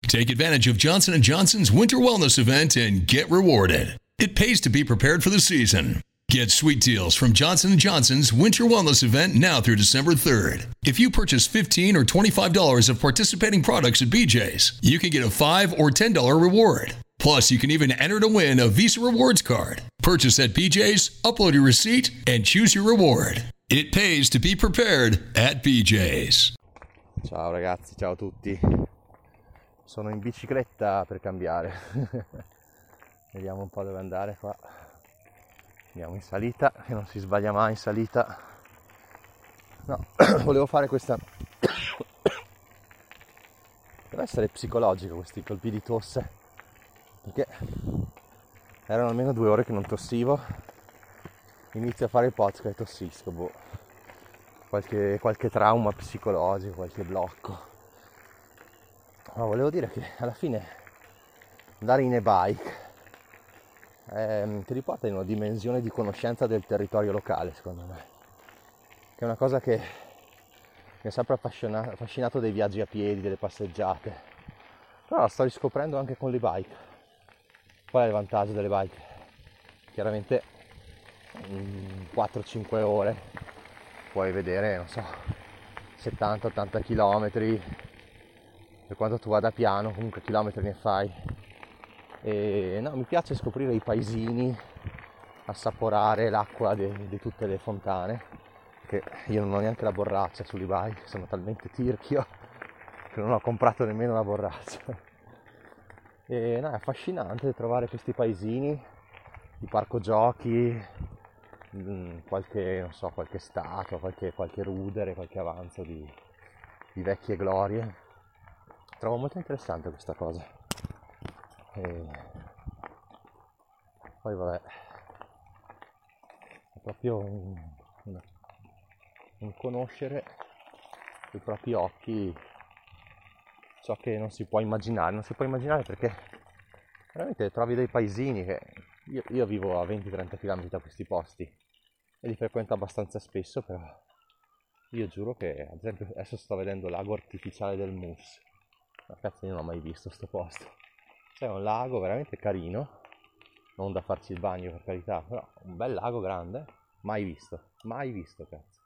Take advantage of Johnson & Johnson's Winter Wellness Event and get rewarded. It pays to be prepared for the season. Get sweet deals from Johnson & Johnson's Winter Wellness Event now through December 3rd. If you purchase $15 or $25 of participating products at BJ's, you can get a $5 or $10 reward. Plus, you can even enter to win a Visa Rewards card. Purchase at BJ's, upload your receipt, and choose your reward. It pays to be prepared at BJ's. Ciao ragazzi, ciao a tutti. Sono in bicicletta per cambiare. Vediamo un po' dove andare qua. Andiamo in salita, che non si sbaglia mai in salita. No, volevo fare questa... Deve essere psicologico questi colpi di tosse, perché erano almeno 2 ore che non tossivo. Inizio a fare il podcast e tossisco, qualche trauma psicologico, qualche blocco. Ma volevo dire che alla fine andare in e-bike ti riporta in una dimensione di conoscenza del territorio locale, secondo me, che è una cosa che mi è sempre affascinato dei viaggi a piedi, delle passeggiate, però la sto riscoprendo anche con le bike. Qual è il vantaggio delle bike? Chiaramente in 4-5 ore puoi vedere, non so, 70-80 km, per quanto tu vada piano, comunque chilometri ne fai. E no, mi piace scoprire i paesini, assaporare l'acqua di tutte le fontane, che io non ho neanche la borraccia sull'e-bike, sono talmente tirchio che non ho comprato nemmeno la borraccia. E no, è affascinante trovare questi paesini, il parco giochi, qualche statua, qualche rudere, qualche avanzo di vecchie glorie. Trovo molto interessante questa cosa. E poi vabbè, è proprio un conoscere coi propri occhi ciò che non si può immaginare, perché veramente trovi dei paesini che io vivo a 20-30 km da questi posti e li frequento abbastanza spesso, però io giuro che ad esempio adesso sto vedendo il lago artificiale del Mus. Ma cazzo, io non ho mai visto sto posto. C'è un lago veramente carino, non da farci il bagno per carità, però un bel lago grande, mai visto cazzo.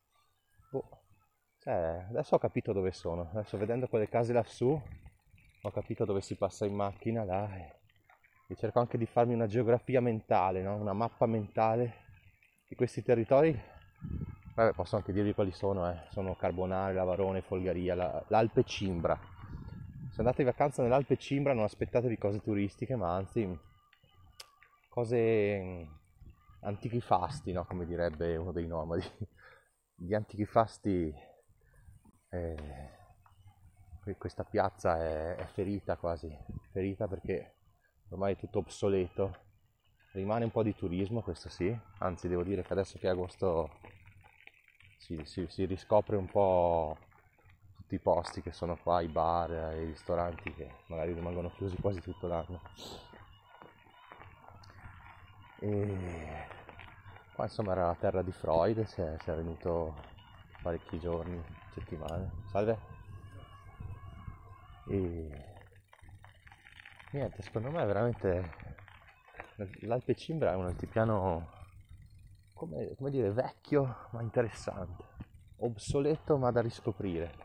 Cioè, adesso ho capito dove sono, adesso vedendo quelle case lassù ho capito dove si passa in macchina là e cerco anche di farmi una geografia mentale, no? Una mappa mentale di questi territori. Vabbè, posso anche dirvi quali sono, sono Carbonare, Lavarone, Folgaria, l'Alpe Cimbra. Se andate in vacanza nell'Alpe Cimbra non aspettatevi cose turistiche, ma anzi cose antichi fasti, no? Come direbbe uno dei nomadi. Gli antichi fasti, questa piazza è ferita quasi, ferita perché ormai è tutto obsoleto. Rimane un po' di turismo, questo sì, anzi devo dire che adesso che è agosto si riscopre un po' tutti i posti che sono qua, i bar e i ristoranti che magari rimangono chiusi quasi tutto l'anno. E qua insomma era la terra di Freud, si è venuto parecchi giorni, settimane. Salve! E niente, secondo me veramente l'Alpe Cimbra è un altipiano come dire vecchio ma interessante, obsoleto ma da riscoprire.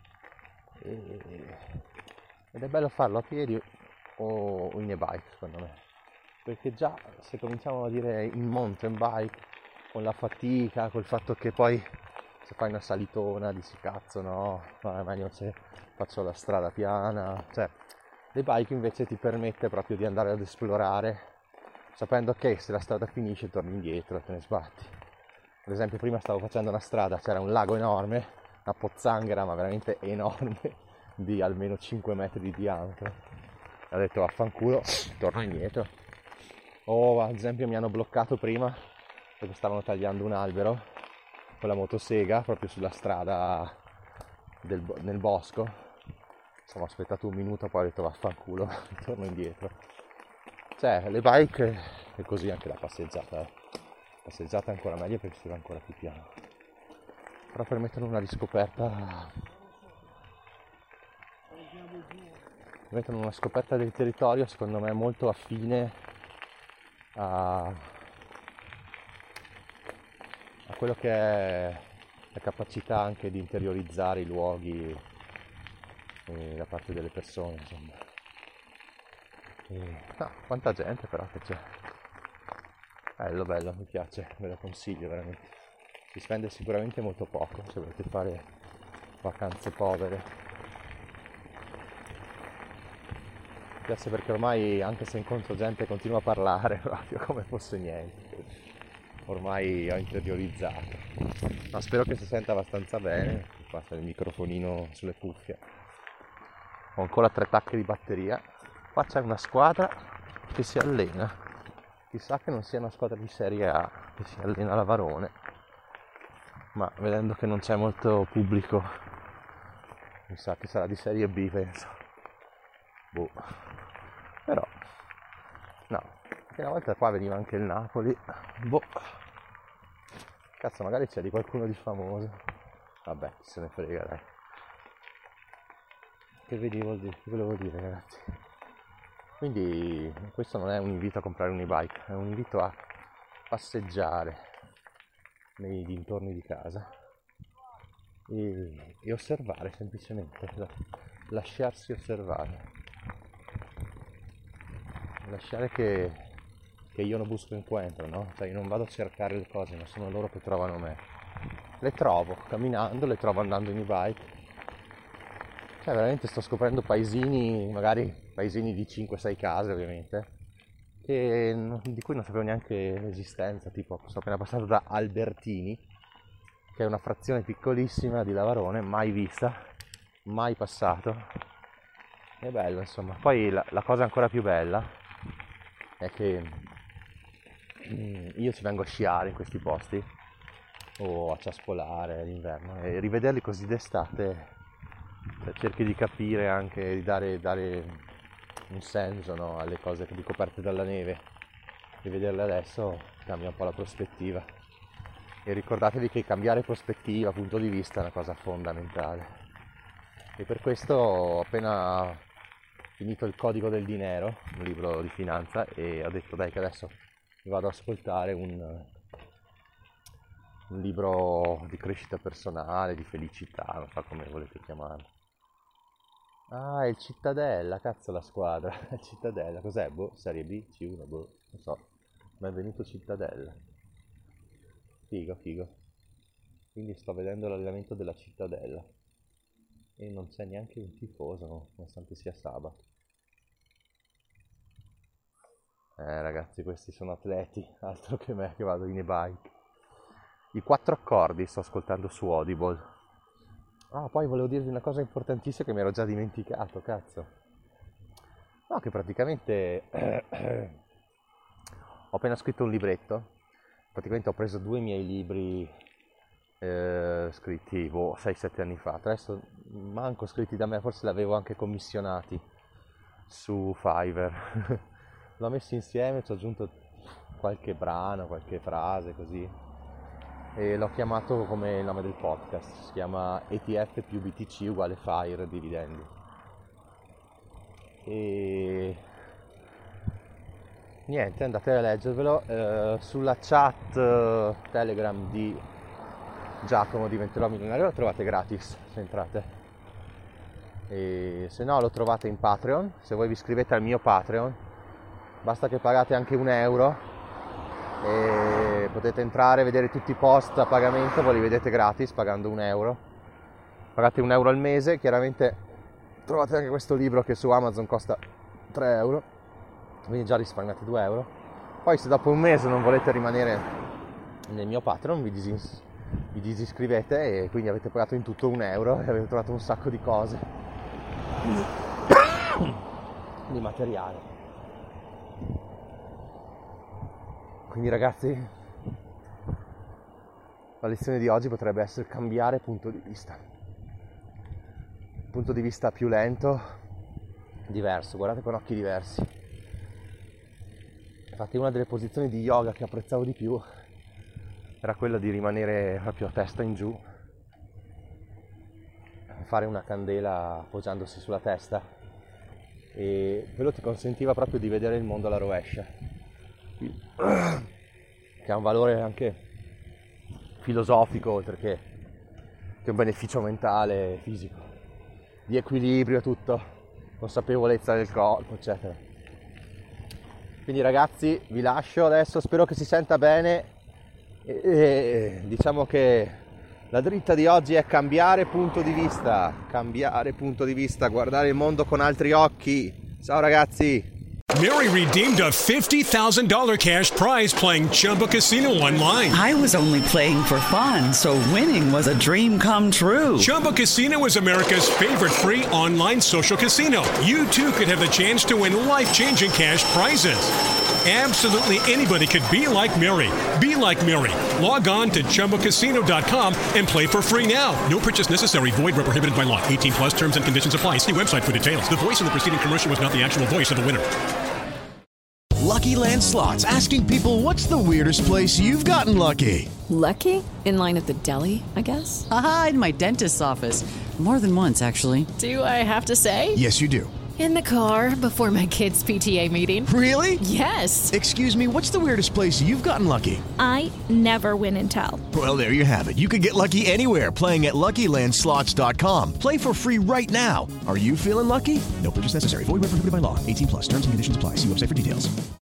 Ed è bello farlo a piedi o in e-bike, secondo me, perché già se cominciamo a dire in mountain bike, con la fatica, col fatto che poi se fai una salitona dici cazzo no, è meglio se faccio la strada piana. Cioè le bike invece ti permette proprio di andare ad esplorare sapendo che se la strada finisce torni indietro e te ne sbatti. Ad esempio prima stavo facendo una strada, c'era un lago enorme, una pozzanghera ma veramente enorme, di almeno 5 metri di diametro. Ho detto vaffanculo, torno indietro. O ad esempio mi hanno bloccato prima perché stavano tagliando un albero con la motosega proprio sulla strada nel bosco. Insomma ho aspettato un minuto, poi ho detto vaffanculo, torno indietro. Cioè le bike è così anche la passeggiata. Passeggiata è ancora meglio perché si va ancora più piano. Però permettono una riscoperta mettono una scoperta del territorio secondo me molto affine a quello che è la capacità anche di interiorizzare i luoghi da parte delle persone, insomma. Quanta gente però che c'è. Bello, mi piace, ve lo consiglio veramente. Si spende sicuramente molto poco se volete fare vacanze povere. Mi piace perché ormai, anche se incontro gente, continuo a parlare proprio come fosse niente. Ormai ho interiorizzato. Ma spero che si senta abbastanza bene. Qua c'è il microfonino sulle cuffie. Ho ancora 3 tacche di batteria. Qua c'è una squadra che si allena. Chissà che non sia una squadra di Serie A che si allena a Varone. Ma vedendo che non c'è molto pubblico, mi sa che sarà di Serie B, penso. Però no, perché una volta qua veniva anche il Napoli. Cazzo, magari c'è di qualcuno di famoso. Vabbè, chi se ne frega, dai. Che volevo dire, ragazzi? Quindi questo non è un invito a comprare un e-bike, è un invito a passeggiare nei dintorni di casa e osservare semplicemente, lasciarsi osservare, lasciare che io non busco incontro, no? Cioè io non vado a cercare le cose, ma sono loro che trovano me. Le trovo camminando, le trovo andando in e-bike. Cioè veramente sto scoprendo paesini, magari paesini di 5-6 case ovviamente, di cui non sapevo neanche l'esistenza. Tipo sono appena passato da Albertini, che è una frazione piccolissima di Lavarone, mai vista, mai passato. È bello, insomma. Poi la cosa ancora più bella è che io ci vengo a sciare in questi posti o a ciaspolare d'inverno, e rivederli così d'estate, cioè, cerchi di capire anche, di dare un senso, no, alle cose ricoperte dalla neve, e vederle adesso cambia un po' la prospettiva. E ricordatevi che cambiare prospettiva, punto di vista, è una cosa fondamentale. E per questo ho appena finito Il Codice del Dinero, un libro di finanza, e ho detto dai che adesso mi vado ad ascoltare un libro di crescita personale, di felicità, non so come volete chiamarlo. Ah, è il Cittadella, cazzo, la squadra. Il Cittadella, cos'è? Serie B? C1? Non so. Benvenuto Cittadella. Figo. Quindi sto vedendo l'allenamento della Cittadella. E non c'è neanche un tifoso, no? Nonostante sia sabato. Ragazzi, questi sono atleti, altro che me che vado in e-bike. I 4 accordi sto ascoltando su Audible. Poi volevo dirvi una cosa importantissima che mi ero già dimenticato, cazzo. No, che praticamente ho appena scritto un libretto. Praticamente ho preso 2 miei libri scritti 6-7 anni fa. Adesso manco scritti da me, forse li avevo anche commissionati su Fiverr. L'ho messi insieme, ci ho aggiunto qualche brano, qualche frase così, e l'ho chiamato come il nome del podcast, si chiama ETF più BTC uguale FIRE dividendi. E niente, andate a leggervelo. Sulla chat Telegram di Giacomo Diventerò Milionario lo trovate gratis se entrate, e se no lo trovate in Patreon. Se voi vi iscrivete al mio Patreon basta che pagate anche €1 e potete entrare e vedere tutti i post a pagamento, voi li vedete gratis pagando €1. Pagate €1 al mese, chiaramente trovate anche questo libro che su Amazon costa €3, quindi già risparmiate €2. Poi se dopo un mese non volete rimanere nel mio Patreon vi disiscrivete, e quindi avete pagato in tutto €1 e avete trovato un sacco di cose di materiale. Quindi ragazzi, la lezione di oggi potrebbe essere cambiare punto di vista. Punto di vista più lento, diverso, guardate con occhi diversi. Infatti una delle posizioni di yoga che apprezzavo di più era quella di rimanere proprio a testa in giù, fare una candela appoggiandosi sulla testa e quello ti consentiva proprio di vedere il mondo alla rovescia, che ha un valore anche filosofico oltre che un beneficio mentale, fisico, di equilibrio, tutto, consapevolezza del corpo, eccetera. Quindi ragazzi, vi lascio adesso, spero che si senta bene e diciamo che la dritta di oggi è cambiare punto di vista, guardare il mondo con altri occhi. Ciao ragazzi! Mary redeemed a $50,000 cash prize playing Chumba Casino online. I was only playing for fun, so winning was a dream come true. Chumba Casino is America's favorite free online social casino. You too could have the chance to win life-changing cash prizes. Absolutely anybody could be like Mary. Be like Mary. Log on to ChumbaCasino.com and play for free now. No purchase necessary. Void where prohibited by law. 18 plus terms and conditions apply. See website for details. The voice in the preceding commercial was not the actual voice of the winner. Lucky Land Slots, asking people, what's the weirdest place you've gotten lucky? Lucky? In line at the deli, I guess? Aha, in my dentist's office. More than once, actually. Do I have to say? Yes, you do. In the car before my kids' PTA meeting. Really? Yes. Excuse me, what's the weirdest place you've gotten lucky? I never win and tell. Well, there you have it. You can get lucky anywhere, playing at LuckyLandSlots.com. Play for free right now. Are you feeling lucky? No purchase necessary. Void where prohibited by law. 18 plus. Terms and conditions apply. See website for details.